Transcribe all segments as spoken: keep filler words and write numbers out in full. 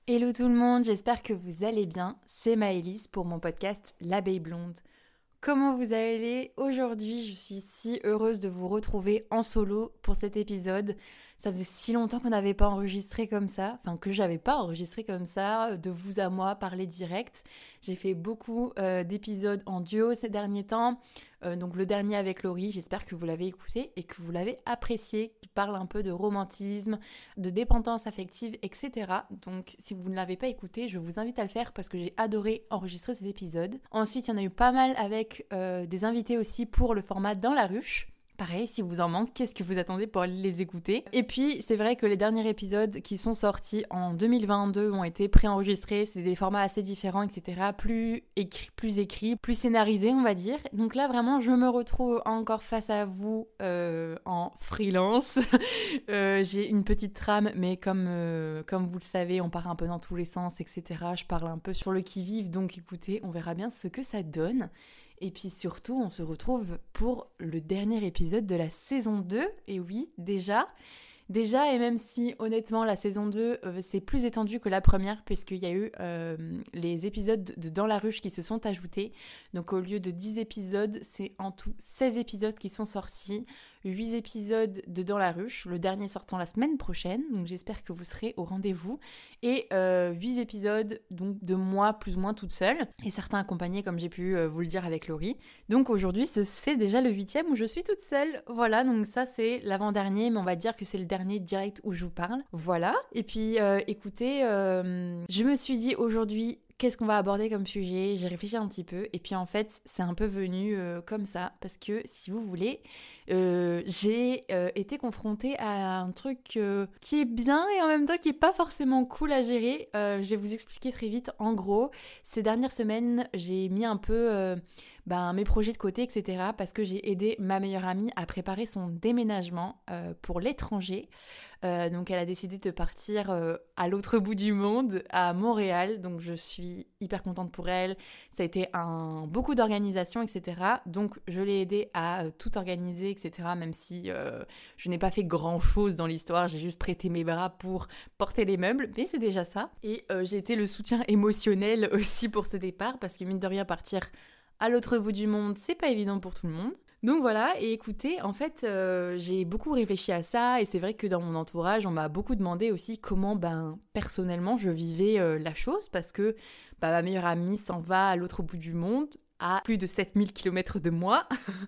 Hello tout le monde, j'espère que vous allez bien. C'est Maëlys pour mon podcast L'abeille blonde. Comment vous allez aujourd'hui? Je suis si heureuse de vous retrouver en solo pour cet épisode. Ça faisait si longtemps qu'on n'avait pas enregistré comme ça, enfin que j'avais pas enregistré comme ça, de vous à moi, parler direct. J'ai fait beaucoup euh, d'épisodes en duo ces derniers temps, euh, donc le dernier avec Laurie, j'espère que vous l'avez écouté et que vous l'avez apprécié, qui parle un peu de romantisme, de dépendance affective, et cetera. Donc si vous ne l'avez pas écouté, je vous invite à le faire parce que j'ai adoré enregistrer cet épisode. Ensuite, il y en a eu pas mal avec euh, des invités aussi pour le format Dans la ruche. Pareil, si vous en manque, qu'est-ce que vous attendez pour aller les écouter? Et puis, c'est vrai que les derniers épisodes qui sont sortis en deux mille vingt-deux ont été préenregistrés, c'est des formats assez différents, et cetera. Plus écrits, plus écrits, plus scénarisés, on va dire. Donc là, vraiment, je me retrouve encore face à vous euh, en freelance. euh, j'ai une petite trame, mais comme, euh, comme vous le savez, on part un peu dans tous les sens, et cetera. Je parle un peu sur le qui-vive, donc écoutez, on verra bien ce que ça donne. Et puis surtout, on se retrouve pour le dernier épisode de la saison deux. Et oui, déjà, déjà, et même si honnêtement la saison deux, euh, c'est plus étendu que la première, puisqu'il y a eu euh, les épisodes de Dans la ruche qui se sont ajoutés. Donc au lieu de dix épisodes, c'est en tout seize épisodes qui sont sortis. huit épisodes de Dans la ruche, le dernier sortant la semaine prochaine, donc j'espère que vous serez au rendez-vous, et euh, huit épisodes donc de moi plus ou moins toute seule, et certains accompagnés comme j'ai pu euh, vous le dire avec Laurie. Donc aujourd'hui ce, c'est déjà le huitième où je suis toute seule, voilà, donc ça c'est l'avant-dernier, mais on va dire que c'est le dernier direct où je vous parle, voilà. Et puis euh, écoutez, euh, je me suis dit aujourd'hui, qu'est-ce qu'on va aborder comme sujet? J'ai réfléchi un petit peu et puis en fait c'est un peu venu euh, comme ça parce que si vous voulez euh, j'ai euh, été confrontée à un truc euh, qui est bien et en même temps qui est pas forcément cool à gérer. Euh, je vais vous expliquer très vite. En gros, ces dernières semaines j'ai mis un peu euh, ben, mes projets de côté, et cetera parce que j'ai aidé ma meilleure amie à préparer son déménagement euh, pour l'étranger. Euh, donc elle a décidé de partir euh, à l'autre bout du monde, à Montréal, donc je suis hyper contente pour elle. Ça a été un, beaucoup d'organisation, et cetera. Donc je l'ai aidée à euh, tout organiser, et cetera. Même si euh, je n'ai pas fait grand chose dans l'histoire, j'ai juste prêté mes bras pour porter les meubles, mais c'est déjà ça. Et euh, j'ai été le soutien émotionnel aussi pour ce départ, parce que mine de rien, partir à l'autre bout du monde, c'est pas évident pour tout le monde. Donc voilà, et écoutez, en fait, euh, j'ai beaucoup réfléchi à ça, et c'est vrai que dans mon entourage, on m'a beaucoup demandé aussi comment, ben, personnellement, je vivais euh, la chose, parce que bah, ma meilleure amie s'en va à l'autre bout du monde, à plus de sept mille kilomètres de moi,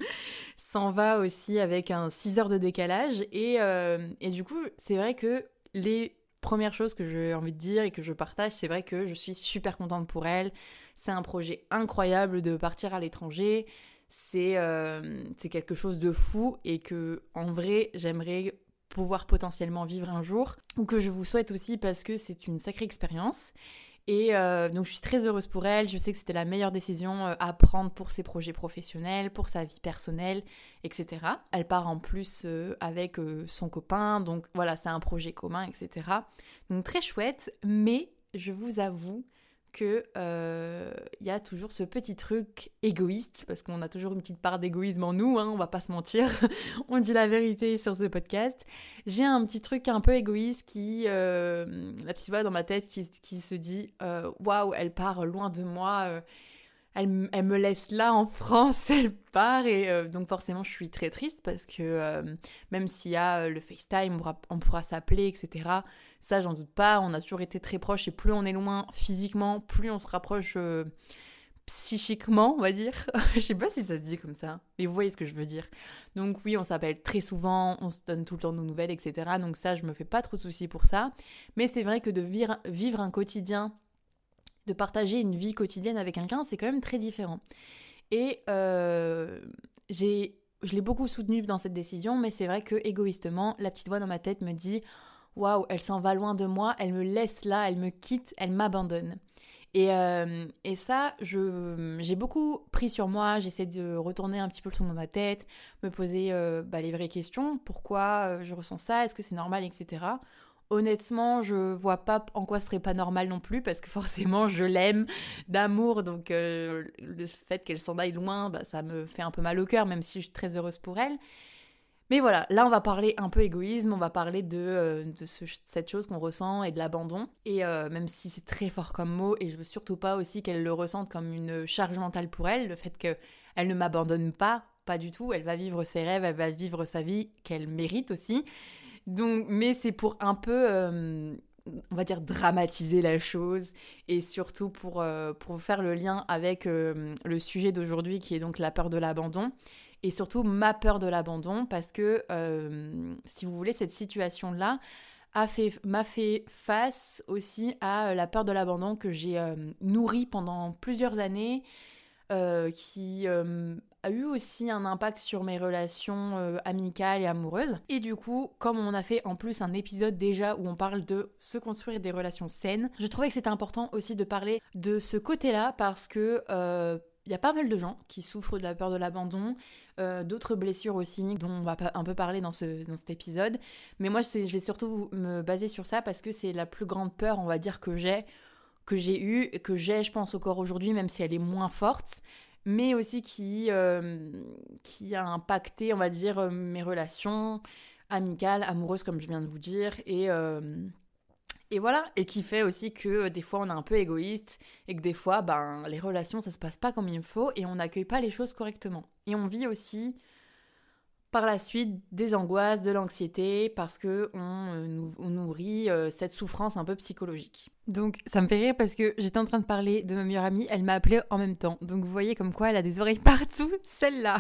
s'en va aussi avec un six heures de décalage, et, euh, et du coup, c'est vrai que les premières choses que j'ai envie de dire et que je partage, c'est vrai que je suis super contente pour elle, c'est un projet incroyable de partir à l'étranger. C'est, euh, c'est quelque chose de fou et que, en vrai, j'aimerais pouvoir potentiellement vivre un jour, ou que je vous souhaite aussi parce que c'est une sacrée expérience. Et euh, donc je suis très heureuse pour elle, je sais que c'était la meilleure décision euh, à prendre pour ses projets professionnels, pour sa vie personnelle, et cetera. Elle part en plus euh, avec euh, son copain, donc voilà, c'est un projet commun, et cetera. Donc très chouette, mais je vous avoue que euh, y a toujours ce petit truc égoïste, parce qu'on a toujours une petite part d'égoïsme en nous, hein, on va pas se mentir, on dit la vérité sur ce podcast. J'ai un petit truc un peu égoïste qui, euh, la petite voix dans ma tête qui, qui se dit euh, waouh, elle part loin de moi, euh, elle, elle me laisse là en France, elle part, et euh, donc forcément je suis très triste parce que euh, même s'il y a le FaceTime, on pourra, on pourra s'appeler, et cetera. Ça, j'en doute pas, on a toujours été très proches, et plus on est loin physiquement, plus on se rapproche euh, psychiquement, on va dire. Je sais pas si ça se dit comme ça, mais vous voyez ce que je veux dire. Donc oui, on s'appelle très souvent, on se donne tout le temps nos nouvelles, et cetera. Donc ça, je me fais pas trop de soucis pour ça. Mais c'est vrai que de vivre, vivre un quotidien, de partager une vie quotidienne avec quelqu'un, c'est quand même très différent. Et euh, j'ai, je l'ai beaucoup soutenue dans cette décision, mais c'est vrai que égoïstement, la petite voix dans ma tête me dit « Waouh, elle s'en va loin de moi, elle me laisse là, elle me quitte, elle m'abandonne. » Et, euh, et ça, je, j'ai beaucoup pris sur moi, j'essaie de retourner un petit peu le son dans ma tête, me poser euh, bah, les vraies questions, pourquoi euh, je ressens ça, est-ce que c'est normal, et cetera. Honnêtement, je vois pas en quoi ce serait pas normal non plus, parce que forcément, je l'aime d'amour, donc euh, le fait qu'elle s'en aille loin, bah, ça me fait un peu mal au cœur, même si je suis très heureuse pour elle. Mais voilà, là on va parler un peu égoïsme, on va parler de, euh, de ce, cette chose qu'on ressent et de l'abandon. Et euh, même si c'est très fort comme mot, et je veux surtout pas aussi qu'elle le ressente comme une charge mentale pour elle, le fait qu'elle ne m'abandonne pas, pas du tout, elle va vivre ses rêves, elle va vivre sa vie qu'elle mérite aussi. Donc, mais c'est pour un peu, euh, on va dire, dramatiser la chose et surtout pour, euh, pour faire le lien avec euh, le sujet d'aujourd'hui qui est donc la peur de l'abandon. Et surtout ma peur de l'abandon parce que, euh, si vous voulez, cette situation-là a fait, m'a fait face aussi à la peur de l'abandon que j'ai euh, nourrie pendant plusieurs années, euh, qui euh, a eu aussi un impact sur mes relations euh, amicales et amoureuses. Et du coup, comme on a fait en plus un épisode déjà où on parle de se construire des relations saines, je trouvais que c'était important aussi de parler de ce côté-là parce que... Euh, il y a pas mal de gens qui souffrent de la peur de l'abandon, euh, d'autres blessures aussi, dont on va un peu parler dans, ce, dans cet épisode. Mais moi, je vais surtout me baser sur ça parce que c'est la plus grande peur, on va dire, que j'ai, que j'ai eue, que j'ai, je pense, encore aujourd'hui, même si elle est moins forte, mais aussi qui, euh, qui a impacté, on va dire, mes relations amicales, amoureuses, comme je viens de vous dire, et... Euh, Et voilà, et qui fait aussi que euh, des fois on est un peu égoïste et que des fois ben, les relations ça se passe pas comme il faut et on n'accueille pas les choses correctement. Et on vit aussi par la suite des angoisses, de l'anxiété parce que on, euh, nous, on nourrit euh, cette souffrance un peu psychologique. Donc ça me fait rire parce que j'étais en train de parler de ma meilleure amie, elle m'a appelée en même temps. Donc vous voyez comme quoi elle a des oreilles partout, celle-là.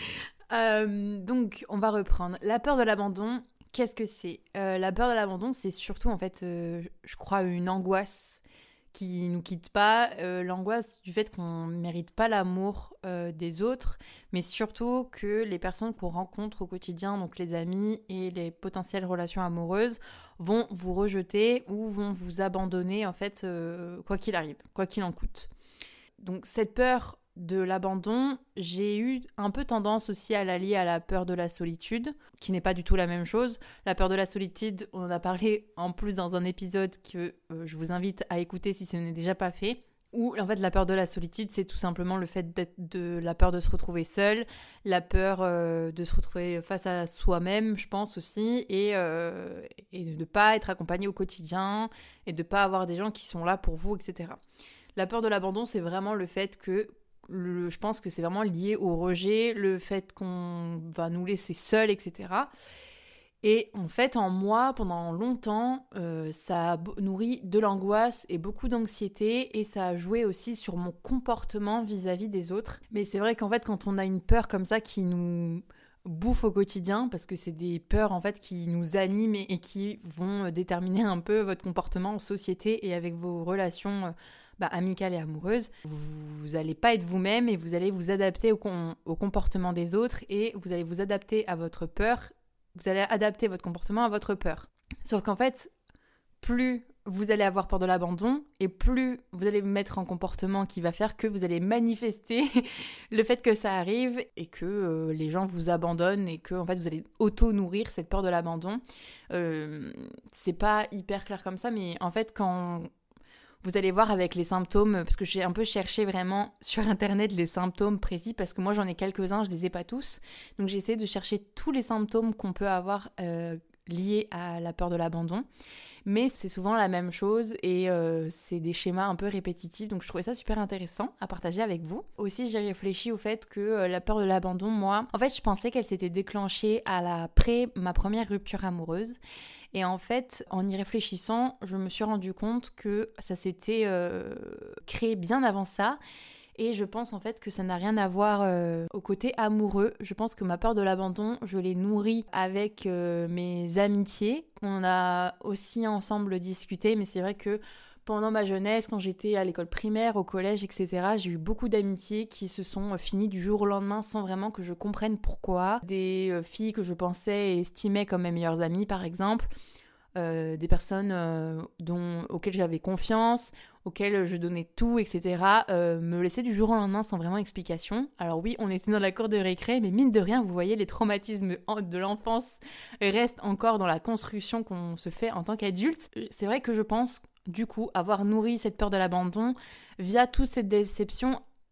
euh, donc on va reprendre. La peur de l'abandon. Qu'est-ce que c'est ? euh, La peur de l'abandon, c'est surtout, en fait, euh, je crois, une angoisse qui nous quitte pas, euh, l'angoisse du fait qu'on ne mérite pas l'amour euh, des autres, mais surtout que les personnes qu'on rencontre au quotidien, donc les amis et les potentielles relations amoureuses, vont vous rejeter ou vont vous abandonner, en fait, euh, quoi qu'il arrive, quoi qu'il en coûte. Donc cette peur de l'abandon, j'ai eu un peu tendance aussi à la lier à la peur de la solitude, qui n'est pas du tout la même chose. La peur de la solitude, on en a parlé en plus dans un épisode que euh, je vous invite à écouter si ce n'est déjà pas fait. Où en fait la peur de la solitude, c'est tout simplement le fait d'être de la peur de se retrouver seul, la peur euh, de se retrouver face à soi-même, je pense aussi, et, euh, et de ne pas être accompagné au quotidien, et de ne pas avoir des gens qui sont là pour vous, et cetera. La peur de l'abandon, c'est vraiment le fait que Le, je pense que c'est vraiment lié au rejet, le fait qu'on va nous laisser seuls, et cetera. Et en fait, en moi, pendant longtemps, euh, ça a nourri de l'angoisse et beaucoup d'anxiété et ça a joué aussi sur mon comportement vis-à-vis des autres. Mais c'est vrai qu'en fait, quand on a une peur comme ça qui nous bouffe au quotidien, parce que c'est des peurs en fait qui nous animent et, et qui vont déterminer un peu votre comportement en société et avec vos relations Bah, amicale et amoureuse, vous n'allez pas être vous-même et vous allez vous adapter au, com- au comportement des autres et vous allez vous adapter à votre peur, vous allez adapter votre comportement à votre peur. Sauf qu'en fait, plus vous allez avoir peur de l'abandon et plus vous allez vous mettre en comportement qui va faire que vous allez manifester le fait que ça arrive et que euh, les gens vous abandonnent et que en fait, vous allez auto-nourrir cette peur de l'abandon. Euh, c'est pas hyper clair comme ça, mais en fait, quand... Vous allez voir avec les symptômes, parce que j'ai un peu cherché vraiment sur internet les symptômes précis, parce que moi j'en ai quelques-uns, je les ai pas tous. Donc j'ai essayé de chercher tous les symptômes qu'on peut avoir euh, liés à la peur de l'abandon. Mais c'est souvent la même chose et euh, c'est des schémas un peu répétitifs. Donc je trouvais ça super intéressant à partager avec vous. Aussi j'ai réfléchi au fait que euh, la peur de l'abandon, moi, en fait je pensais qu'elle s'était déclenchée à la, après ma première rupture amoureuse. Et en fait, en y réfléchissant, je me suis rendu compte que ça s'était euh, créé bien avant ça. Et je pense en fait que ça n'a rien à voir euh, au côté amoureux. Je pense que ma peur de l'abandon, je l'ai nourrie avec euh, mes amitiés. On a aussi ensemble discuté, mais c'est vrai que pendant ma jeunesse, quand j'étais à l'école primaire, au collège, et cetera, j'ai eu beaucoup d'amitiés qui se sont finies du jour au lendemain sans vraiment que je comprenne pourquoi. Des euh, filles que je pensais et estimais comme mes meilleures amies, par exemple. Euh, des personnes euh, dont, auxquelles j'avais confiance, auxquelles je donnais tout, et cetera, euh, me laissaient du jour au lendemain sans vraiment explication. Alors oui, on était dans la cour de récré, mais mine de rien, vous voyez, les traumatismes de l'enfance restent encore dans la construction qu'on se fait en tant qu'adulte. C'est vrai que je pense, du coup, avoir nourri cette peur de l'abandon via toute cette déception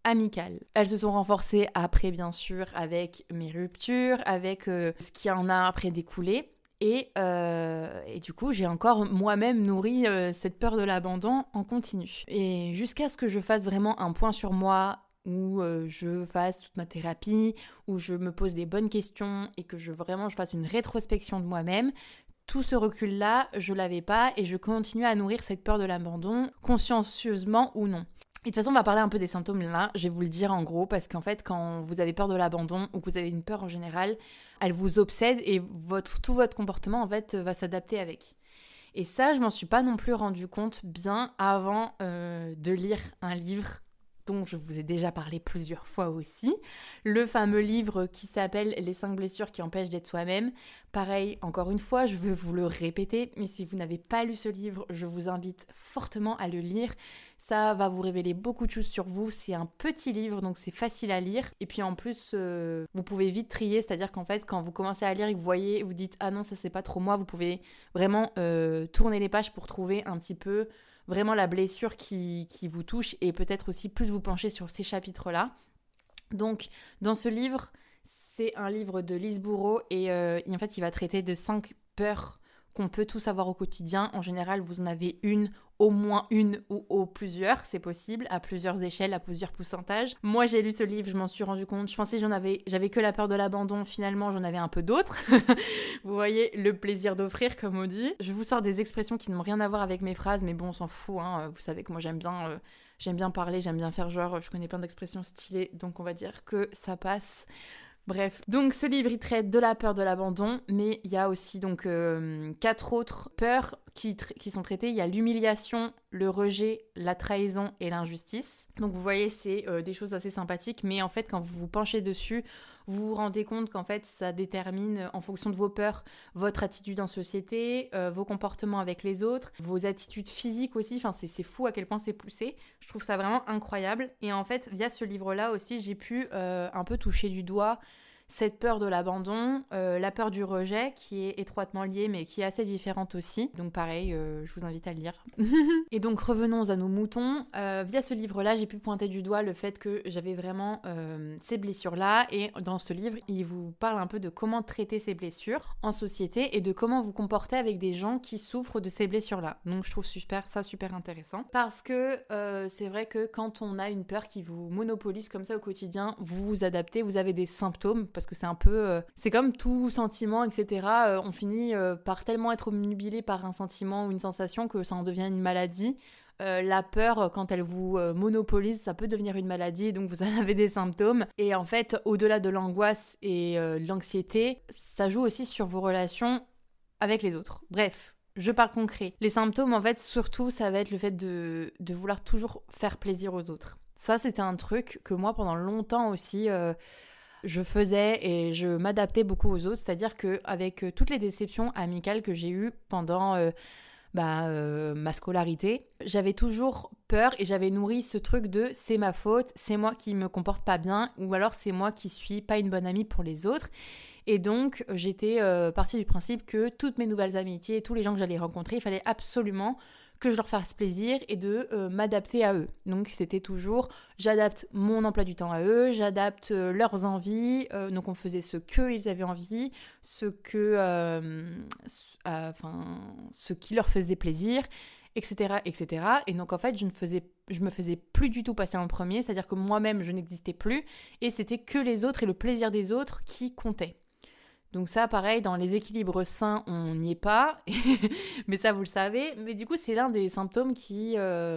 amicales. Elles se sont renforcées après, bien sûr, avec mes ruptures, avec euh, ce qui en a après découlé. Et, euh, et du coup, j'ai encore moi-même nourri euh, cette peur de l'abandon en continu. Et jusqu'à ce que je fasse vraiment un point sur moi, où euh, je fasse toute ma thérapie, où je me pose des bonnes questions et que je vraiment je fasse une rétrospection de moi-même, tout ce recul-là, je l'avais pas et je continue à nourrir cette peur de l'abandon, consciencieusement ou non. Et de toute façon, on va parler un peu des symptômes là, je vais vous le dire en gros, parce qu'en fait, quand vous avez peur de l'abandon ou que vous avez une peur en général, elle vous obsède et votre, tout votre comportement en fait va s'adapter avec. Et ça, je m'en suis pas non plus rendu compte bien avant euh, de lire un livre dont je vous ai déjà parlé plusieurs fois aussi, le fameux livre qui s'appelle « Les cinq blessures qui empêchent d'être soi-même ». Pareil, encore une fois, je veux vous le répéter, mais si vous n'avez pas lu ce livre, je vous invite fortement à le lire. Ça va vous révéler beaucoup de choses sur vous. C'est un petit livre, donc c'est facile à lire. Et puis en plus, euh, vous pouvez vite trier, c'est-à-dire qu'en fait, quand vous commencez à lire et que vous voyez, vous dites « Ah non, ça c'est pas trop moi », vous pouvez vraiment euh, tourner les pages pour trouver un petit peu vraiment la blessure qui, qui vous touche et peut-être aussi plus vous pencher sur ces chapitres-là. Donc, dans ce livre, c'est un livre de Lise Bourreau et euh, en fait, il va traiter de cinq peurs qu'on peut tous avoir au quotidien. En général, vous en avez une, au moins une ou au plusieurs, c'est possible, à plusieurs échelles, à plusieurs pourcentages. Moi, j'ai lu ce livre, je m'en suis rendu compte. Je pensais que j'en avais, j'avais que la peur de l'abandon. Finalement, j'en avais un peu d'autres. Vous voyez, le plaisir d'offrir, comme on dit. Je vous sors des expressions qui n'ont rien à voir avec mes phrases, mais bon, on s'en fout. Hein. Vous savez que moi, j'aime bien, euh, j'aime bien parler, j'aime bien faire genre. Je connais plein d'expressions stylées, donc on va dire que ça passe. Bref, donc ce livre il traite de la peur de l'abandon, mais il y a aussi donc euh, quatre autres peurs qui, tra- qui sont traitées. Il y a l'humiliation, le rejet, la trahison et l'injustice. Donc vous voyez, c'est euh, des choses assez sympathiques, mais en fait quand vous vous penchez dessus, vous vous rendez compte qu'en fait ça détermine en fonction de vos peurs, votre attitude en société, euh, vos comportements avec les autres, vos attitudes physiques aussi. Enfin c'est, c'est fou à quel point c'est poussé. Je trouve ça vraiment incroyable. Et en fait via ce livre-là aussi, j'ai pu euh, un peu toucher du doigt cette peur de l'abandon, euh, la peur du rejet qui est étroitement liée mais qui est assez différente aussi. Donc pareil, euh, je vous invite à le lire. Et donc revenons à nos moutons. Euh, via ce livre-là, j'ai pu pointer du doigt le fait que j'avais vraiment euh, ces blessures-là. Et dans ce livre, il vous parle un peu de comment traiter ces blessures en société et de comment vous comporter avec des gens qui souffrent de ces blessures-là. Donc je trouve super, ça super intéressant. Parce que euh, c'est vrai que quand on a une peur qui vous monopolise comme ça au quotidien, vous vous adaptez, vous avez des symptômes. Parce que c'est un peu... Euh, c'est comme tout sentiment, et cetera. Euh, on finit euh, par tellement être omnubilé par un sentiment ou une sensation que ça en devient une maladie. Euh, la peur, quand elle vous euh, monopolise, ça peut devenir une maladie, donc vous en avez des symptômes. Et en fait, au-delà de l'angoisse et euh, de l'anxiété, ça joue aussi sur vos relations avec les autres. Bref, je parle concret. Les symptômes, en fait, surtout, ça va être le fait de, de vouloir toujours faire plaisir aux autres. Ça, c'était un truc que moi, pendant longtemps aussi... Euh, je faisais et je m'adaptais beaucoup aux autres, c'est-à-dire qu'avec toutes les déceptions amicales que j'ai eues pendant euh, bah, euh, ma scolarité, j'avais toujours peur et j'avais nourri ce truc de c'est ma faute, c'est moi qui me comporte pas bien ou alors c'est moi qui suis pas une bonne amie pour les autres. Et donc j'étais euh, partie du principe que toutes mes nouvelles amitiés, tous les gens que j'allais rencontrer, il fallait absolument que je leur fasse plaisir et de euh, m'adapter à eux. Donc c'était toujours, j'adapte mon emploi du temps à eux, j'adapte euh, leurs envies, euh, donc on faisait ce qu'ils avaient envie, ce que, euh, euh, enfin, ce qui leur faisait plaisir, et cetera, et cetera. Et donc en fait, je ne faisais, je me faisais plus du tout passer en premier, c'est-à-dire que moi-même, je n'existais plus, et c'était que les autres et le plaisir des autres qui comptaient. Donc ça, pareil, dans les équilibres sains, on n'y est pas, mais ça, vous le savez. Mais du coup, c'est l'un des symptômes qui, euh,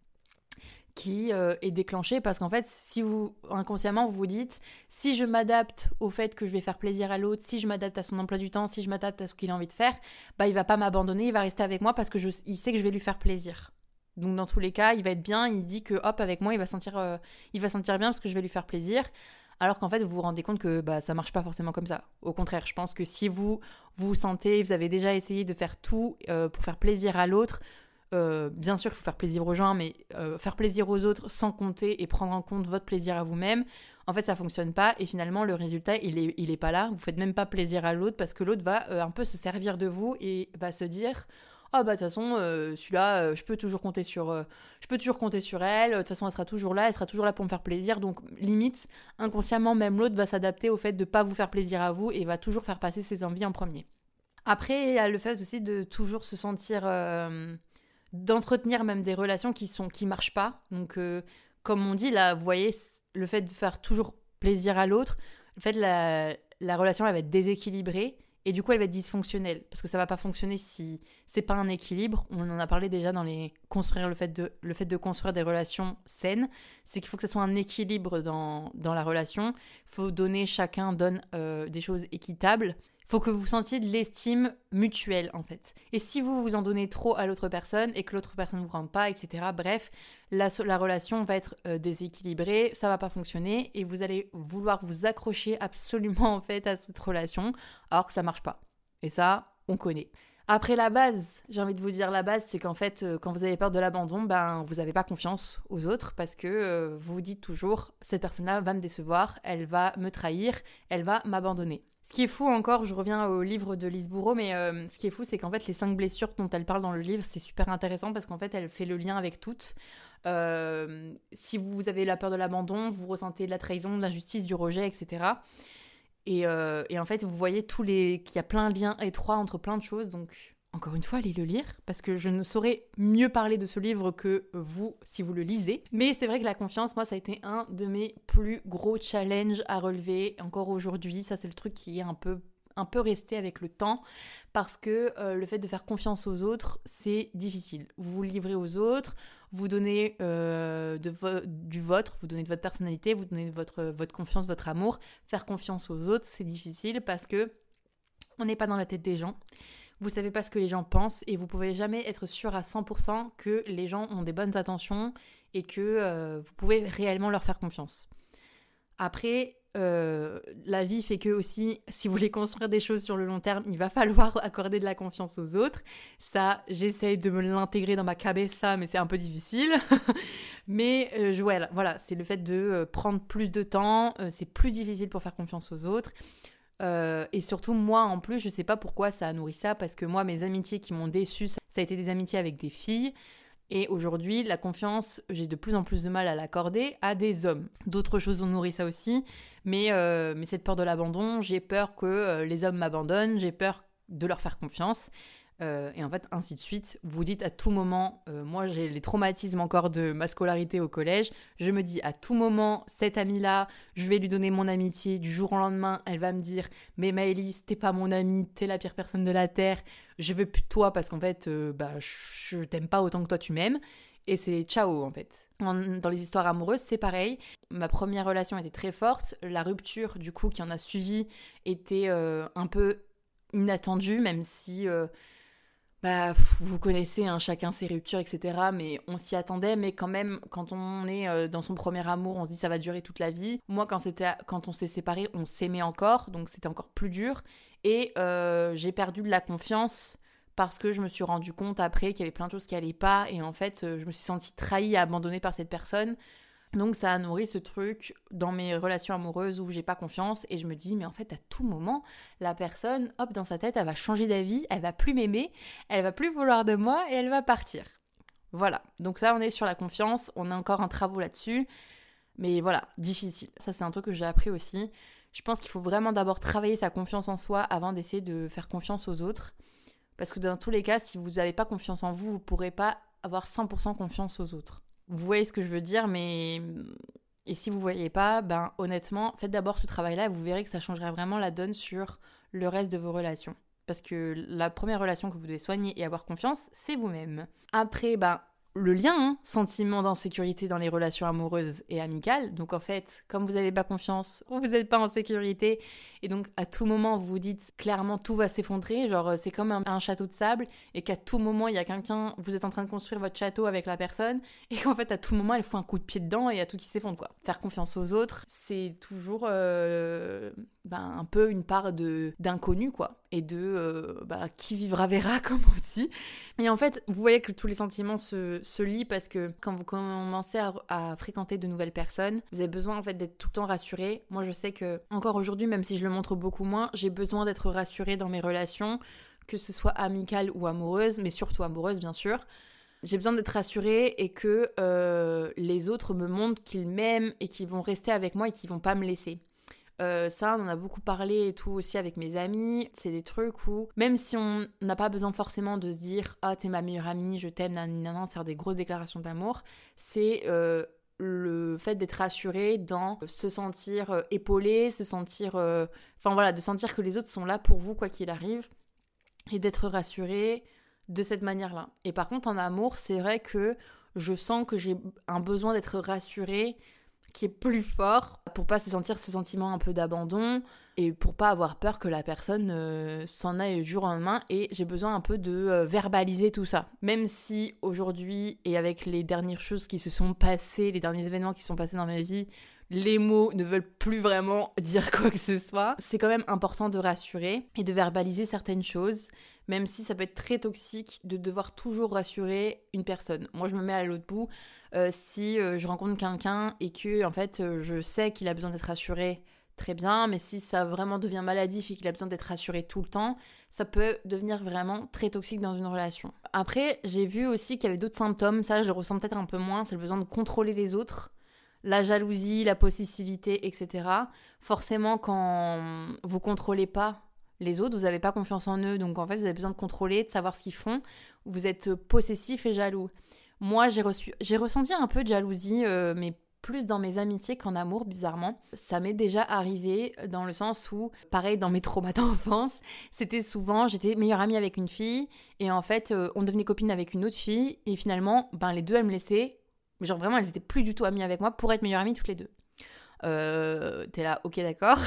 qui euh, est déclenché parce qu'en fait, si vous, inconsciemment, vous vous dites, si je m'adapte au fait que je vais faire plaisir à l'autre, si je m'adapte à son emploi du temps, si je m'adapte à ce qu'il a envie de faire, bah, il va pas m'abandonner, il va rester avec moi parce que je, il sait que je vais lui faire plaisir. Donc dans tous les cas, il va être bien, il dit que hop, avec moi, il va sentir, euh, il va sentir bien parce que je vais lui faire plaisir. Alors qu'en fait, vous vous rendez compte que bah, ça marche pas forcément comme ça. Au contraire, je pense que si vous vous sentez, vous avez déjà essayé de faire tout euh, pour faire plaisir à l'autre, euh, bien sûr qu'il faut faire plaisir aux gens, mais euh, faire plaisir aux autres sans compter et prendre en compte votre plaisir à vous-même, en fait, ça fonctionne pas. Et finalement, le résultat, il est, il est pas là. Vous faites même pas plaisir à l'autre parce que l'autre va euh, un peu se servir de vous et va se dire... ah bah de toute façon euh, celui-là euh, je peux toujours compter sur euh, je peux toujours compter sur elle, de toute façon elle sera toujours là, elle sera toujours là pour me faire plaisir, donc limite inconsciemment même l'autre va s'adapter au fait de pas vous faire plaisir à vous et va toujours faire passer ses envies en premier. Après il y a le fait aussi de toujours se sentir euh, d'entretenir même des relations qui sont qui marchent pas, donc euh, comme on dit là, vous voyez le fait de faire toujours plaisir à l'autre, le fait la la relation elle va être déséquilibrée. Et du coup, elle va être dysfonctionnelle. Parce que ça va pas fonctionner si c'est pas un équilibre. On en a parlé déjà dans les construire le fait de, le fait de construire des relations saines. C'est qu'il faut que ce soit un équilibre dans, dans la relation. Il faut donner, chacun donne euh, des choses équitables. Il faut que vous sentiez de l'estime mutuelle, en fait. Et si vous vous en donnez trop à l'autre personne et que l'autre personne ne vous rend pas, et cetera, bref, la, la relation va être euh, déséquilibrée, ça va pas fonctionner et vous allez vouloir vous accrocher absolument, en fait, à cette relation alors que ça marche pas. Et ça, on connaît. Après, la base, j'ai envie de vous dire la base, c'est qu'en fait, euh, quand vous avez peur de l'abandon, ben, vous n'avez pas confiance aux autres parce que euh, vous vous dites toujours, cette personne-là va me décevoir, elle va me trahir, elle va m'abandonner. Ce qui est fou encore, je reviens au livre de Lise Bourreau, mais euh, ce qui est fou, c'est qu'en fait, les cinq blessures dont elle parle dans le livre, c'est super intéressant parce qu'en fait, elle fait le lien avec toutes. Euh, si vous avez la peur de l'abandon, vous ressentez de la trahison, de l'injustice, du rejet, et cetera. Et, euh, et en fait, vous voyez tous les qu'il y a plein de liens étroits entre plein de choses, donc encore une fois, allez le lire, parce que je ne saurais mieux parler de ce livre que vous, si vous le lisez. Mais c'est vrai que la confiance, moi, ça a été un de mes plus gros challenges à relever, encore aujourd'hui. Ça, c'est le truc qui est un peu, un peu resté avec le temps, parce que euh, le fait de faire confiance aux autres, c'est difficile. Vous vous livrez aux autres, vous donnez euh, de vo- du vôtre, vous donnez de votre personnalité, vous donnez de votre, votre confiance, votre amour. Faire confiance aux autres, c'est difficile, parce que on n'est pas dans la tête des gens. Vous savez pas ce que les gens pensent et vous pouvez jamais être sûr à cent pour cent que les gens ont des bonnes intentions et que euh, vous pouvez réellement leur faire confiance. Après, euh, la vie fait que aussi, si vous voulez construire des choses sur le long terme, il va falloir accorder de la confiance aux autres. Ça, j'essaye de me l'intégrer dans ma cabeza, mais c'est un peu difficile. mais euh, je, voilà, voilà, c'est le fait de euh, prendre plus de temps, euh, c'est plus difficile pour faire confiance aux autres. Euh, et surtout moi en plus je sais pas pourquoi ça a nourri ça, parce que moi mes amitiés qui m'ont déçue, ça a été des amitiés avec des filles, et aujourd'hui la confiance j'ai de plus en plus de mal à l'accorder à des hommes. D'autres choses ont nourri ça aussi, mais, euh, mais cette peur de l'abandon, j'ai peur que euh, les hommes m'abandonnent, j'ai peur de leur faire confiance. Euh, et en fait, ainsi de suite, vous dites à tout moment, euh, moi j'ai les traumatismes encore de ma scolarité au collège, je me dis à tout moment, cette amie-là, je vais lui donner mon amitié, du jour au lendemain, elle va me dire « Mais Maëlys, t'es pas mon amie, t'es la pire personne de la Terre, je veux plus de toi parce qu'en fait, euh, bah, je t'aime pas autant que toi tu m'aimes. » Et c'est ciao en fait. En, dans les histoires amoureuses, c'est pareil. Ma première relation était très forte, la rupture du coup qui en a suivi était euh, un peu inattendue, même si... Euh, Bah, vous connaissez, hein, chacun ses ruptures, et cetera. Mais on s'y attendait, mais quand même, quand on est euh, dans son premier amour, on se dit ça va durer toute la vie. Moi, quand, c'était, quand on s'est séparés, on s'aimait encore, donc c'était encore plus dur. Et euh, j'ai perdu de la confiance parce que je me suis rendu compte après qu'il y avait plein de choses qui allaient pas. Et en fait, je me suis sentie trahie, abandonnée par cette personne. Donc ça a nourri ce truc dans mes relations amoureuses où j'ai pas confiance et je me dis mais en fait à tout moment la personne hop dans sa tête elle va changer d'avis, elle va plus m'aimer, elle va plus vouloir de moi et elle va partir. Voilà, donc ça on est sur la confiance, on a encore un travail là-dessus, mais voilà, difficile. Ça c'est un truc que j'ai appris aussi. Je pense qu'il faut vraiment d'abord travailler sa confiance en soi avant d'essayer de faire confiance aux autres, parce que dans tous les cas si vous n'avez pas confiance en vous, vous pourrez pas avoir cent pour cent confiance aux autres. Vous voyez ce que je veux dire, mais... Et si vous ne voyez pas, ben honnêtement, faites d'abord ce travail-là et vous verrez que ça changera vraiment la donne sur le reste de vos relations. Parce que la première relation que vous devez soigner et avoir confiance, c'est vous-même. Après, ben, le lien, hein, sentiment d'insécurité dans les relations amoureuses et amicales. Donc en fait, comme vous n'avez pas confiance, vous n'êtes pas en sécurité. Et donc à tout moment, vous vous dites clairement tout va s'effondrer. Genre c'est comme un, un château de sable et qu'à tout moment, il y a quelqu'un, vous êtes en train de construire votre château avec la personne. Et qu'en fait, à tout moment, elle fout un coup de pied dedans et il y a tout qui s'effondre, quoi. Faire confiance aux autres, c'est toujours euh, ben, un peu une part de, d'inconnu, quoi. Et de euh, bah, qui vivra verra, comme on dit. Et en fait, vous voyez que tous les sentiments se, se lient parce que quand vous commencez à, à fréquenter de nouvelles personnes, vous avez besoin en fait d'être tout le temps rassuré. Moi, je sais que encore aujourd'hui, même si je le montre beaucoup moins, j'ai besoin d'être rassurée dans mes relations, que ce soit amicale ou amoureuse, mais surtout amoureuse bien sûr. J'ai besoin d'être rassurée et que euh, les autres me montrent qu'ils m'aiment et qu'ils vont rester avec moi et qu'ils vont pas me laisser. Euh, ça, on en a beaucoup parlé et tout aussi avec mes amis. C'est des trucs où, même si on n'a pas besoin forcément de se dire « Ah, t'es ma meilleure amie, je t'aime, nanana », faire des grosses déclarations d'amour, c'est euh, le fait d'être rassuré dans se sentir euh, épaulé, se sentir... Euh, enfin voilà, de sentir que les autres sont là pour vous quoi qu'il arrive et d'être rassuré de cette manière-là. Et par contre, en amour, c'est vrai que je sens que j'ai un besoin d'être rassurée qui est plus fort pour pas se sentir ce sentiment un peu d'abandon et pour pas avoir peur que la personne euh, s'en aille du jour au lendemain. Et j'ai besoin un peu de euh, verbaliser tout ça. Même si aujourd'hui, et avec les dernières choses qui se sont passées, les derniers événements qui se sont passés dans ma vie, les mots ne veulent plus vraiment dire quoi que ce soit, c'est quand même important de rassurer et de verbaliser certaines choses, même si ça peut être très toxique de devoir toujours rassurer une personne. Moi, je me mets à l'autre bout. Euh, si euh, je rencontre quelqu'un et que, en fait, euh, je sais qu'il a besoin d'être rassuré, très bien, mais si ça vraiment devient maladif et qu'il a besoin d'être rassuré tout le temps, ça peut devenir vraiment très toxique dans une relation. Après, j'ai vu aussi qu'il y avait d'autres symptômes, ça je le ressens peut-être un peu moins, c'est le besoin de contrôler les autres, la jalousie, la possessivité, et cetera. Forcément, quand vous contrôlez pas les autres, vous n'avez pas confiance en eux, donc en fait vous avez besoin de contrôler, de savoir ce qu'ils font, vous êtes possessif et jaloux. Moi j'ai, reçu, j'ai ressenti un peu de jalousie, euh, mais plus dans mes amitiés qu'en amour, bizarrement. Ça m'est déjà arrivé dans le sens où, pareil dans mes traumas d'enfance, c'était souvent, j'étais meilleure amie avec une fille, et en fait euh, on devenait copine avec une autre fille, et finalement ben, les deux elles me laissaient, genre vraiment elles étaient plus du tout amies avec moi pour être meilleures amies toutes les deux. Euh, t'es là, ok d'accord,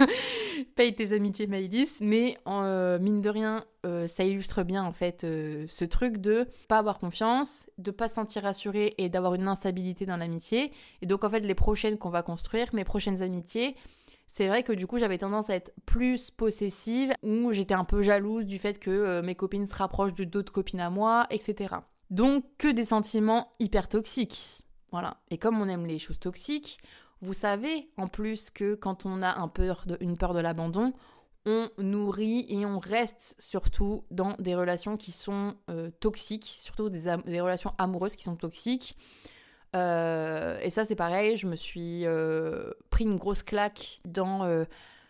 paye tes amitiés Maëlys, mais euh, mine de rien, euh, ça illustre bien en fait euh, ce truc de pas avoir confiance, de pas se sentir rassuré et d'avoir une instabilité dans l'amitié. Et donc en fait les prochaines qu'on va construire, mes prochaines amitiés, c'est vrai que du coup j'avais tendance à être plus possessive, ou j'étais un peu jalouse du fait que euh, mes copines se rapprochent de d'autres copines à moi, et cetera. Donc que des sentiments hyper toxiques, voilà. Et comme on aime les choses toxiques, vous savez en plus que quand on a un peur de, une peur de l'abandon, on nourrit et on reste surtout dans des relations qui sont euh, toxiques, surtout des, am- des relations amoureuses qui sont toxiques. Euh, et ça c'est pareil, je me suis euh, pris une grosse claque dans euh,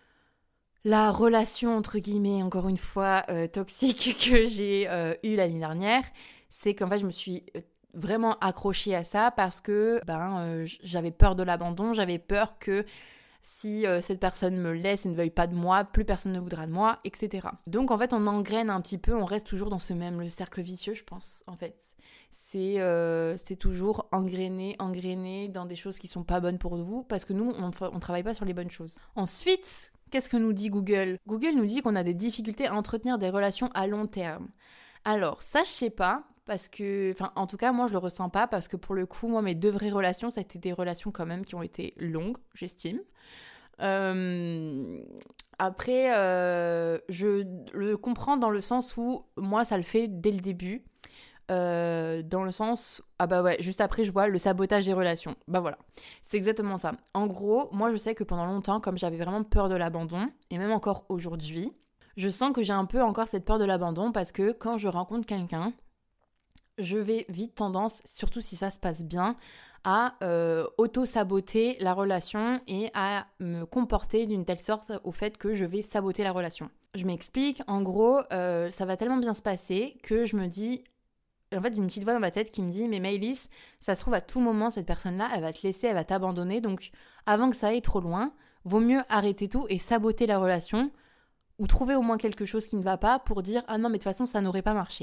la relation entre guillemets, encore une fois, euh, toxique que j'ai euh, eue l'année dernière. C'est qu'en fait je me suis... Euh, vraiment accrochée à ça parce que ben, euh, j'avais peur de l'abandon, j'avais peur que si euh, cette personne me laisse et ne veuille pas de moi, plus personne ne voudra de moi, et cetera. Donc en fait on engraine un petit peu, on reste toujours dans ce même le cercle vicieux je pense en fait. C'est, euh, c'est toujours engrainé, engrainé dans des choses qui sont pas bonnes pour vous parce que nous on, on travaille pas sur les bonnes choses. Ensuite, qu'est-ce que nous dit Google ? Google nous dit qu'on a des difficultés à entretenir des relations à long terme. Alors ça je sais pas, parce que, enfin, en tout cas, moi, je le ressens pas parce que pour le coup, moi, mes deux vraies relations, ça a été des relations quand même qui ont été longues, j'estime. Euh, après, euh, je le comprends dans le sens où moi, ça le fait dès le début. Euh, dans le sens, ah bah ouais, juste après, je vois le sabotage des relations. Bah voilà, c'est exactement ça. En gros, moi, je sais que pendant longtemps, comme j'avais vraiment peur de l'abandon, et même encore aujourd'hui, je sens que j'ai un peu encore cette peur de l'abandon parce que quand je rencontre quelqu'un, je vais vite tendance, surtout si ça se passe bien, à euh, auto-saboter la relation et à me comporter d'une telle sorte au fait que je vais saboter la relation. Je m'explique, en gros, euh, ça va tellement bien se passer que je me dis... En fait, j'ai une petite voix dans ma tête qui me dit « Mais Maëlys, ça se trouve à tout moment, cette personne-là, elle va te laisser, elle va t'abandonner, donc avant que ça aille trop loin, vaut mieux arrêter tout et saboter la relation ou trouver au moins quelque chose qui ne va pas pour dire « Ah non, mais de toute façon, ça n'aurait pas marché ».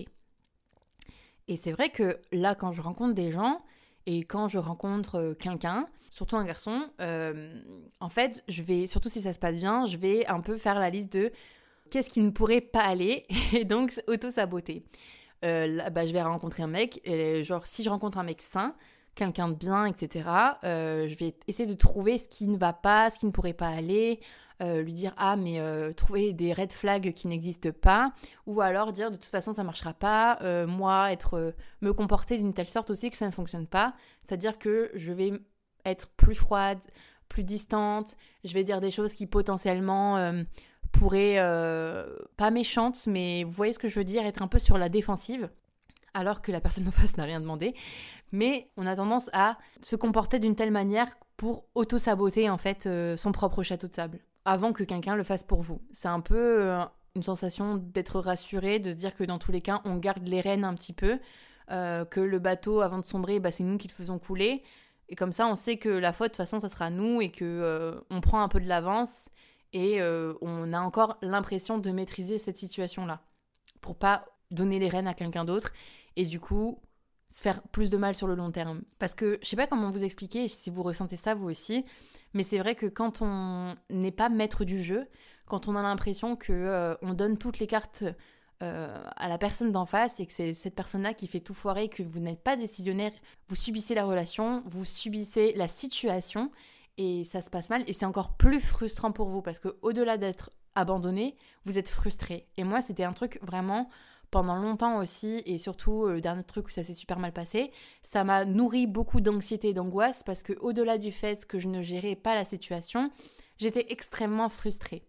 Et c'est vrai que là, quand je rencontre des gens et quand je rencontre quelqu'un, surtout un garçon, euh, en fait, je vais, surtout si ça se passe bien, je vais un peu faire la liste de qu'est-ce qui ne pourrait pas aller et donc auto-saboter. Euh, là, bah, je vais rencontrer un mec, et genre si je rencontre un mec sain, quelqu'un de bien, et cetera, euh, je vais essayer de trouver ce qui ne va pas, ce qui ne pourrait pas aller, euh, lui dire « Ah, mais euh, trouver des red flags qui n'existent pas », ou alors dire « De toute façon, ça ne marchera pas, euh, moi, être, euh, me comporter d'une telle sorte aussi que ça ne fonctionne pas », c'est-à-dire que je vais être plus froide, plus distante, je vais dire des choses qui potentiellement... Euh, pourrait, euh, pas méchante, mais vous voyez ce que je veux dire, être un peu sur la défensive, alors que la personne en face n'a rien demandé. Mais on a tendance à se comporter d'une telle manière pour auto-saboter en fait euh, son propre château de sable, avant que quelqu'un le fasse pour vous. C'est un peu euh, une sensation d'être rassuré, de se dire que dans tous les cas, on garde les rênes un petit peu, euh, que le bateau, avant de sombrer, bah, c'est nous qui le faisons couler. Et comme ça, on sait que la faute, de toute façon, ça sera nous et qu'on euh, prend un peu de l'avance et euh, on a encore l'impression de maîtriser cette situation-là pour pas donner les rênes à quelqu'un d'autre et du coup se faire plus de mal sur le long terme. Parce que je sais pas comment vous expliquer, si vous ressentez ça vous aussi, mais c'est vrai que quand on n'est pas maître du jeu, quand on a l'impression que euh, on donne toutes les cartes euh, à la personne d'en face et que c'est cette personne-là qui fait tout foirer, que vous n'êtes pas décisionnaire, vous subissez la relation, vous subissez la situation et ça se passe mal et c'est encore plus frustrant pour vous parce que au-delà d'être abandonné, vous êtes frustré. Et moi, c'était un truc vraiment pendant longtemps aussi, et surtout le euh, dernier truc où ça s'est super mal passé, ça m'a nourri beaucoup d'anxiété et d'angoisse parce que au-delà du fait que je ne gérais pas la situation, j'étais extrêmement frustrée.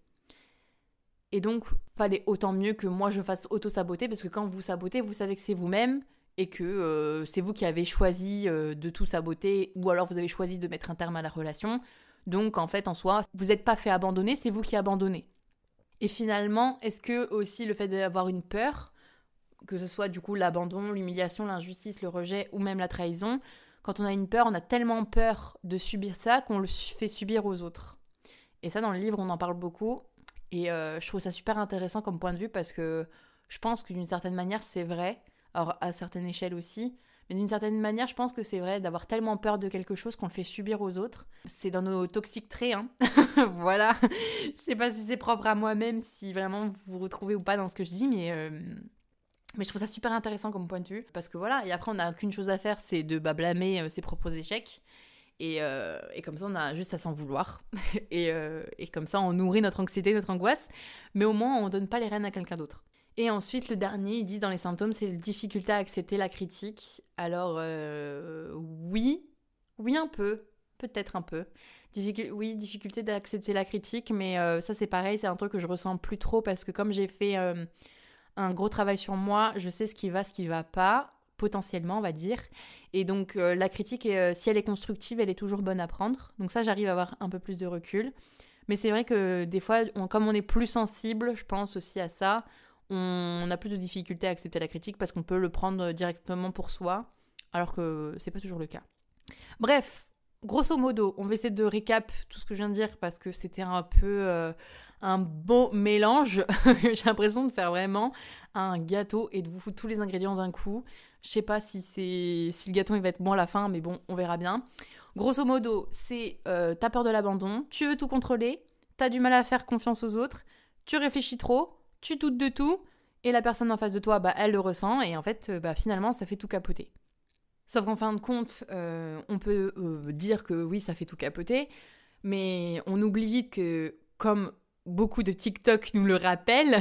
Et donc, fallait autant mieux que moi je fasse auto-saboter parce que quand vous sabotez, vous savez que c'est vous-même et que euh, c'est vous qui avez choisi euh, de tout saboter ou alors vous avez choisi de mettre un terme à la relation. Donc en fait, en soi, vous n'êtes pas fait abandonner, c'est vous qui abandonnez. Et finalement, est-ce que aussi le fait d'avoir une peur, que ce soit du coup l'abandon, l'humiliation, l'injustice, le rejet ou même la trahison, quand on a une peur, on a tellement peur de subir ça qu'on le fait subir aux autres. Et ça, dans le livre, on en parle beaucoup. Et euh, je trouve ça super intéressant comme point de vue parce que je pense que d'une certaine manière, c'est vrai. Alors, à certaines échelles aussi. Mais d'une certaine manière, je pense que c'est vrai d'avoir tellement peur de quelque chose qu'on le fait subir aux autres. C'est dans nos toxiques traits, hein. Voilà. Je sais pas si c'est propre à moi-même, si vraiment vous vous retrouvez ou pas dans ce que je dis, mais... Euh... Mais je trouve ça super intéressant comme point de vue, parce que voilà, et après on n'a qu'une chose à faire, c'est de bah, blâmer euh, ses propres échecs, et, euh, et comme ça on a juste à s'en vouloir, et, euh, et comme ça on nourrit notre anxiété, notre angoisse, mais au moins on donne pas les rênes à quelqu'un d'autre. Et ensuite le dernier, ils disent dans les symptômes, c'est la difficulté à accepter la critique. Alors euh, oui, oui un peu, peut-être un peu. Difficul- oui, difficulté d'accepter la critique, mais euh, ça c'est pareil, c'est un truc que je ressens plus trop, parce que comme j'ai fait... Euh, un gros travail sur moi, je sais ce qui va, ce qui va pas, potentiellement on va dire, et donc euh, la critique, euh, si elle est constructive, elle est toujours bonne à prendre, donc ça j'arrive à avoir un peu plus de recul, mais c'est vrai que des fois, on, comme on est plus sensible, je pense aussi à ça, on, on a plus de difficultés à accepter la critique parce qu'on peut le prendre directement pour soi, alors que c'est pas toujours le cas. Bref, grosso modo, on va essayer de récap tout ce que je viens de dire parce que c'était un peu... Euh, un bon mélange. J'ai l'impression de faire vraiment un gâteau et de vous foutre tous les ingrédients d'un coup. Je sais pas si, c'est... si le gâteau il va être bon à la fin, mais bon, on verra bien. Grosso modo, c'est euh, t'as peur de l'abandon, tu veux tout contrôler, t'as du mal à faire confiance aux autres, tu réfléchis trop, tu doutes de tout, et la personne en face de toi, bah, elle le ressent, et en fait, bah, finalement, ça fait tout capoter. Sauf qu'en fin de compte, euh, on peut euh, dire que oui, ça fait tout capoter, mais on oublie vite que, comme beaucoup de TikTok nous le rappellent,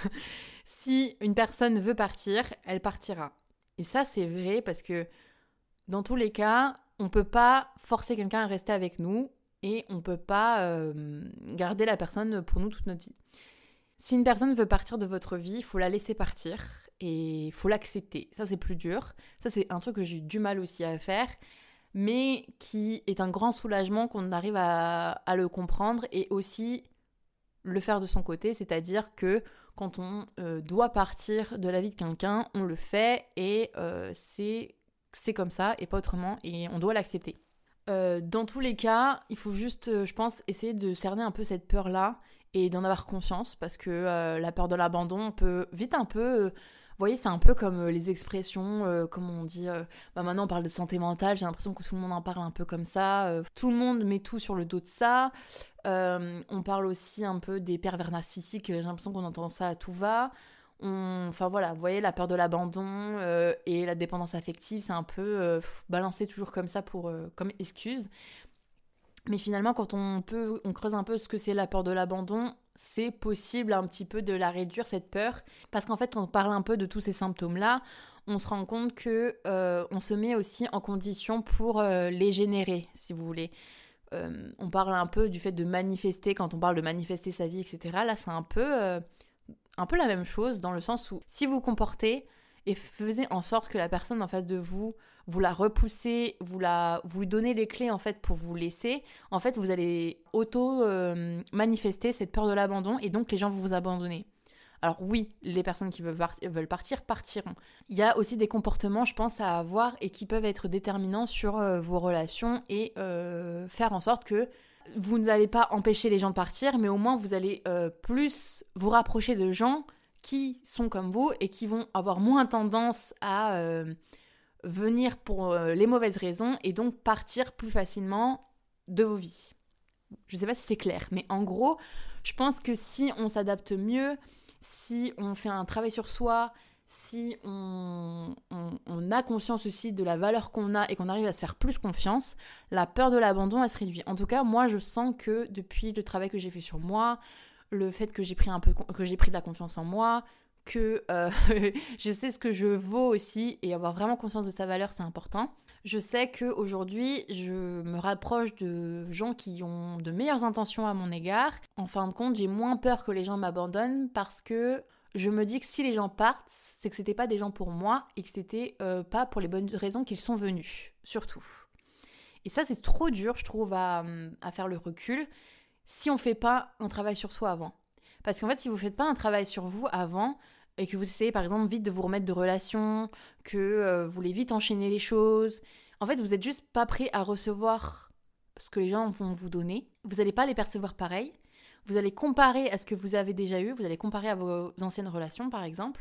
si une personne veut partir, elle partira. Et ça, c'est vrai parce que dans tous les cas, on peut pas forcer quelqu'un à rester avec nous et on peut pas euh, garder la personne pour nous toute notre vie. Si une personne veut partir de votre vie, il faut la laisser partir et il faut l'accepter. Ça, c'est plus dur. Ça, c'est un truc que j'ai eu du mal aussi à faire, mais qui est un grand soulagement qu'on arrive à, à le comprendre et aussi le faire de son côté, c'est-à-dire que quand on euh, doit partir de la vie de quelqu'un, on le fait et euh, c'est, c'est comme ça et pas autrement et on doit l'accepter. Euh, dans tous les cas, il faut juste, euh, je pense, essayer de cerner un peu cette peur-là et d'en avoir conscience parce que euh, la peur de l'abandon peut vite un peu... Euh, vous voyez, c'est un peu comme euh, les expressions, euh, comme on dit, euh, bah maintenant on parle de santé mentale, j'ai l'impression que tout le monde en parle un peu comme ça, euh, tout le monde met tout sur le dos de ça, euh, on parle aussi un peu des pervers narcissiques, j'ai l'impression qu'on entend ça à tout va, on... enfin voilà, vous voyez, la peur de l'abandon euh, et la dépendance affective, c'est un peu euh, balancé toujours comme ça pour, euh, comme excuse. Mais finalement, quand on peut, on creuse un peu ce que c'est la peur de l'abandon, c'est possible un petit peu de la réduire, cette peur. Parce qu'en fait, quand on parle un peu de tous ces symptômes-là, on se rend compte que euh, on se met aussi en condition pour euh, les générer, si vous voulez. euh, on parle un peu du fait de manifester, quand on parle de manifester sa vie, et cetera. Là, c'est un peu, euh, un peu la même chose, dans le sens où si vous vous comportez et faisez en sorte que la personne en face de vous, vous la repoussez, vous, la, vous lui donnez les clés en fait pour vous laisser, en fait, vous allez auto-manifester euh, cette peur de l'abandon et donc les gens vont vous abandonner. Alors oui, les personnes qui veulent, part- veulent partir, partiront. Il y a aussi des comportements, je pense, à avoir et qui peuvent être déterminants sur euh, vos relations et euh, faire en sorte que vous n'allez pas empêcher les gens de partir, mais au moins vous allez euh, plus vous rapprocher de gens qui sont comme vous et qui vont avoir moins tendance à euh, venir pour euh, les mauvaises raisons et donc partir plus facilement de vos vies. Je ne sais pas si c'est clair, mais en gros, je pense que si on s'adapte mieux, si on fait un travail sur soi, si on, on, on a conscience aussi de la valeur qu'on a et qu'on arrive à se faire plus confiance, la peur de l'abandon, elle se réduit. En tout cas, moi, je sens que depuis le travail que j'ai fait sur moi, le fait que j'ai pris un peu, que j'ai pris de la confiance en moi, que euh, je sais ce que je vaux aussi et avoir vraiment conscience de sa valeur, c'est important. Je sais qu'aujourd'hui, je me rapproche de gens qui ont de meilleures intentions à mon égard. En fin de compte, j'ai moins peur que les gens m'abandonnent parce que je me dis que si les gens partent, c'est que c'était pas des gens pour moi et que c'était euh, pas pour les bonnes raisons qu'ils sont venus, surtout. Et ça, c'est trop dur, je trouve, à, à faire le recul si on fait pas un travail sur soi avant. Parce qu'en fait, si vous faites pas un travail sur vous avant, et que vous essayez par exemple vite de vous remettre de relation, que euh, vous voulez vite enchaîner les choses, en fait vous êtes juste pas prêt à recevoir ce que les gens vont vous donner, vous n'allez pas les percevoir pareil, vous allez comparer à ce que vous avez déjà eu, vous allez comparer à vos anciennes relations par exemple,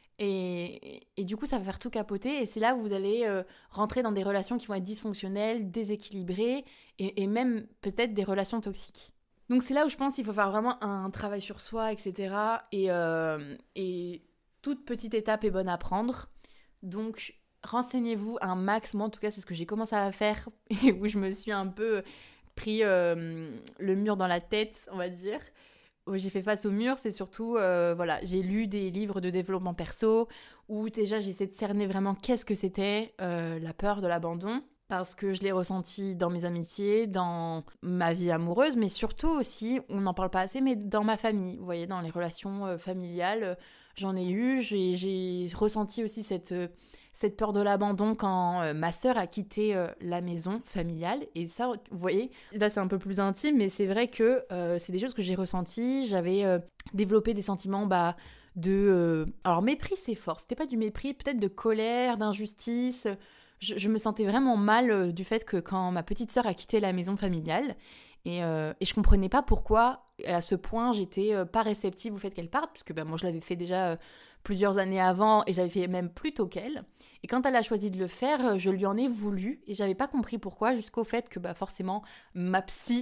et, et du coup ça va faire tout capoter, et c'est là où vous allez euh, rentrer dans des relations qui vont être dysfonctionnelles, déséquilibrées, et, et même peut-être des relations toxiques. Donc c'est là où je pense qu'il faut faire vraiment un travail sur soi, et cetera. Et, euh, et toute petite étape est bonne à prendre. Donc renseignez-vous un max. Moi en tout cas c'est ce que j'ai commencé à faire et où je me suis un peu pris euh, le mur dans la tête, on va dire. Où j'ai fait face au mur, c'est surtout, euh, voilà, j'ai lu des livres de développement perso où déjà j'essaie de cerner vraiment qu'est-ce que c'était euh, la peur de l'abandon. Parce que je l'ai ressenti dans mes amitiés, dans ma vie amoureuse, mais surtout aussi, on n'en parle pas assez, mais dans ma famille. Vous voyez, dans les relations euh, familiales, euh, j'en ai eu. J'ai, j'ai ressenti aussi cette, euh, cette peur de l'abandon quand euh, ma sœur a quitté euh, la maison familiale. Et ça, vous voyez, là c'est un peu plus intime, mais c'est vrai que euh, c'est des choses que j'ai ressenties. J'avais euh, développé des sentiments bah, de... Euh... Alors mépris, c'est fort. C'était pas du mépris, peut-être de colère, d'injustice... Je, je me sentais vraiment mal euh, du fait que quand ma petite sœur a quitté la maison familiale, et, euh, et je comprenais pas pourquoi, à ce point, j'étais euh, pas réceptive au fait qu'elle parte, puisque ben, moi je l'avais fait déjà euh, plusieurs années avant, et j'avais fait même plus tôt qu'elle. Et quand elle a choisi de le faire, euh, je lui en ai voulu, et j'avais pas compris pourquoi, jusqu'au fait que bah, forcément, ma psy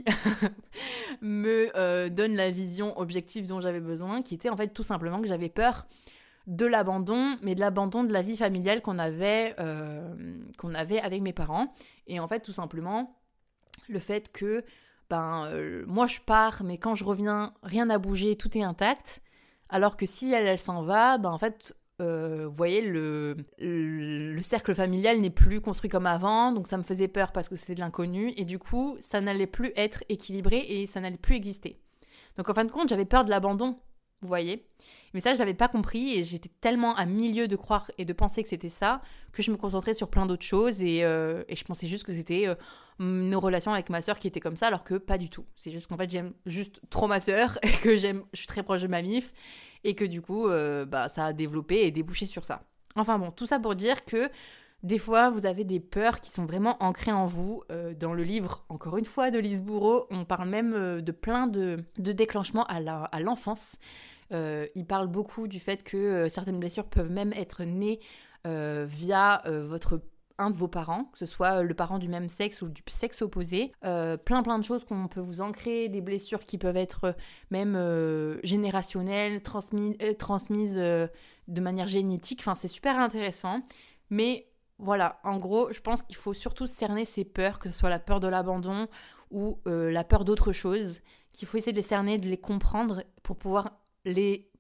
me euh, donne la vision objective dont j'avais besoin, qui était en fait tout simplement que j'avais peur de l'abandon, mais de l'abandon de la vie familiale qu'on avait, euh, qu'on avait avec mes parents. Et en fait, tout simplement, le fait que ben, euh, moi je pars, mais quand je reviens, rien n'a bougé, tout est intact. Alors que si elle, elle s'en va, ben en fait, euh, vous voyez, le, le, le cercle familial n'est plus construit comme avant, donc ça me faisait peur parce que c'était de l'inconnu, et du coup, ça n'allait plus être équilibré et ça n'allait plus exister. Donc en fin de compte, j'avais peur de l'abandon, vous voyez. Mais ça, je n'avais pas compris et j'étais tellement à milieu de croire et de penser que c'était ça que je me concentrais sur plein d'autres choses et, euh, et je pensais juste que c'était euh, nos relations avec ma sœur qui étaient comme ça alors que pas du tout. C'est juste qu'en fait, j'aime juste trop ma sœur et que j'aime, je suis très proche de ma mif et que du coup, euh, bah, ça a développé et débouché sur ça. Enfin bon, tout ça pour dire que des fois, vous avez des peurs qui sont vraiment ancrées en vous. Euh, dans le livre, encore une fois, de Lise Bourreau, on parle même euh, de plein de, de déclenchements à, la, à l'enfance. Euh, il parle beaucoup du fait que euh, certaines blessures peuvent même être nées euh, via euh, votre, un de vos parents, que ce soit le parent du même sexe ou du sexe opposé. Euh, plein plein de choses qu'on peut vous ancrer, des blessures qui peuvent être même euh, générationnelles, transmis, euh, transmises euh, de manière génétique. Enfin, c'est super intéressant. Mais voilà, en gros, je pense qu'il faut surtout cerner ces peurs, que ce soit la peur de l'abandon ou euh, la peur d'autre chose, qu'il faut essayer de les cerner, de les comprendre pour pouvoir les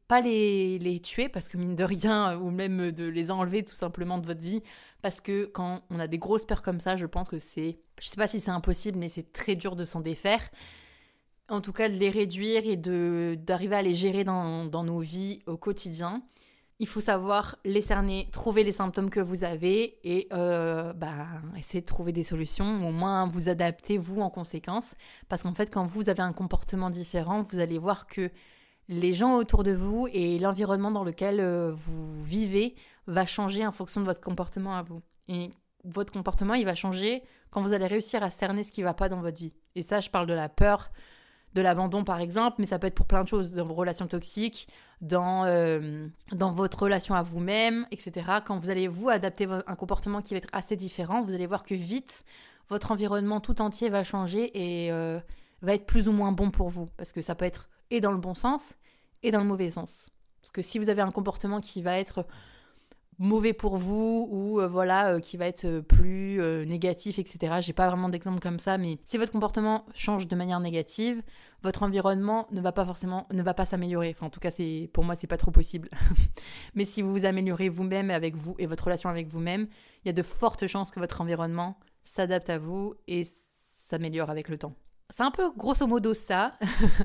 pas les, les tuer, parce que mine de rien, ou même de les enlever tout simplement de votre vie, parce que quand on a des grosses peurs comme ça, je pense que c'est, je sais pas si c'est impossible, mais c'est très dur de s'en défaire. En tout cas, de les réduire et de, d'arriver à les gérer dans, dans nos vies au quotidien. Il faut savoir les cerner, trouver les symptômes que vous avez et euh, bah, essayer de trouver des solutions, ou au moins vous adapter vous en conséquence. Parce qu'en fait, quand vous avez un comportement différent, vous allez voir que les gens autour de vous et l'environnement dans lequel euh, vous vivez va changer en fonction de votre comportement à vous. Et votre comportement, il va changer quand vous allez réussir à cerner ce qui ne va pas dans votre vie. Et ça, je parle de la peur, de l'abandon par exemple, mais ça peut être pour plein de choses, dans vos relations toxiques, dans, euh, dans votre relation à vous-même, et cetera. Quand vous allez vous adapter un comportement qui va être assez différent, vous allez voir que vite, votre environnement tout entier va changer et euh, va être plus ou moins bon pour vous. Parce que ça peut être et dans le bon sens et dans le mauvais sens. Parce que si vous avez un comportement qui va être mauvais pour vous ou euh, voilà euh, qui va être euh, plus euh, négatif, et cetera. J'ai pas vraiment d'exemple comme ça, mais si votre comportement change de manière négative, votre environnement ne va pas forcément ne va pas s'améliorer. Enfin, en tout cas, c'est pour moi c'est pas trop possible. Mais si vous vous améliorez vous-même avec vous et votre relation avec vous-même, il y a de fortes chances que votre environnement s'adapte à vous et s'améliore avec le temps. C'est un peu grosso modo ça.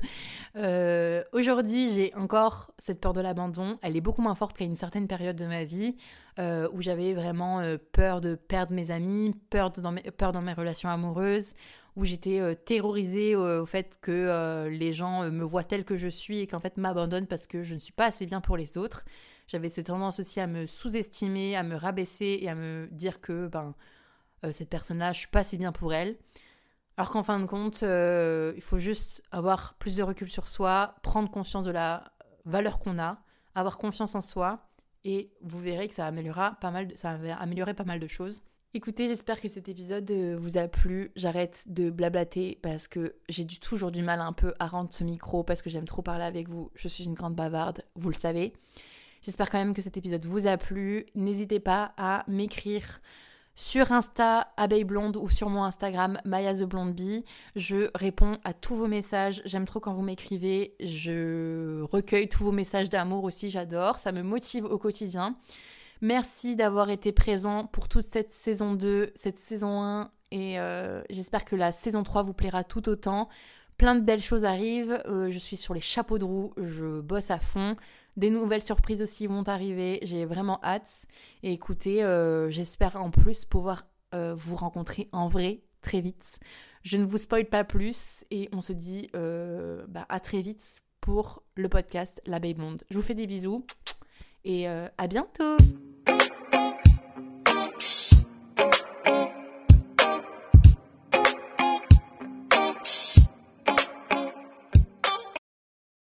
euh, aujourd'hui, j'ai encore cette peur de l'abandon. Elle est beaucoup moins forte qu'à une certaine période de ma vie euh, où j'avais vraiment euh, peur de perdre mes amis, peur, de, dans, mes, peur dans mes relations amoureuses, où j'étais euh, terrorisée euh, au fait que euh, les gens euh, me voient telle que je suis et qu'en fait m'abandonnent parce que je ne suis pas assez bien pour les autres. J'avais cette tendance aussi à me sous-estimer, à me rabaisser et à me dire que ben, euh, cette personne-là, je ne suis pas assez bien pour elle. Alors qu'en fin de compte, euh, il faut juste avoir plus de recul sur soi, prendre conscience de la valeur qu'on a, avoir confiance en soi, et vous verrez que ça améliorera pas mal de, ça va améliorer pas mal de choses. Écoutez, j'espère que cet épisode vous a plu. J'arrête de blablater parce que j'ai du, toujours du mal un peu à rendre ce micro parce que j'aime trop parler avec vous. Je suis une grande bavarde, vous le savez. J'espère quand même que cet épisode vous a plu. N'hésitez pas à m'écrire sur Insta, Abeille Blonde, ou sur mon Instagram, Maya the Blonde Bee. Je réponds à tous vos messages. J'aime trop quand vous m'écrivez. Je recueille tous vos messages d'amour aussi, j'adore. Ça me motive au quotidien. Merci d'avoir été présent pour toute cette saison deux, cette saison un. Et euh, j'espère que la saison trois vous plaira tout autant. Plein de belles choses arrivent. Euh, je suis sur les chapeaux de roue. Je bosse à fond. Des nouvelles surprises aussi vont arriver. J'ai vraiment hâte. Et écoutez, euh, j'espère en plus pouvoir euh, vous rencontrer en vrai très vite. Je ne vous spoil pas plus. Et on se dit euh, bah, à très vite pour le podcast L'Abeille Blonde. Je vous fais des bisous. Et euh, à bientôt!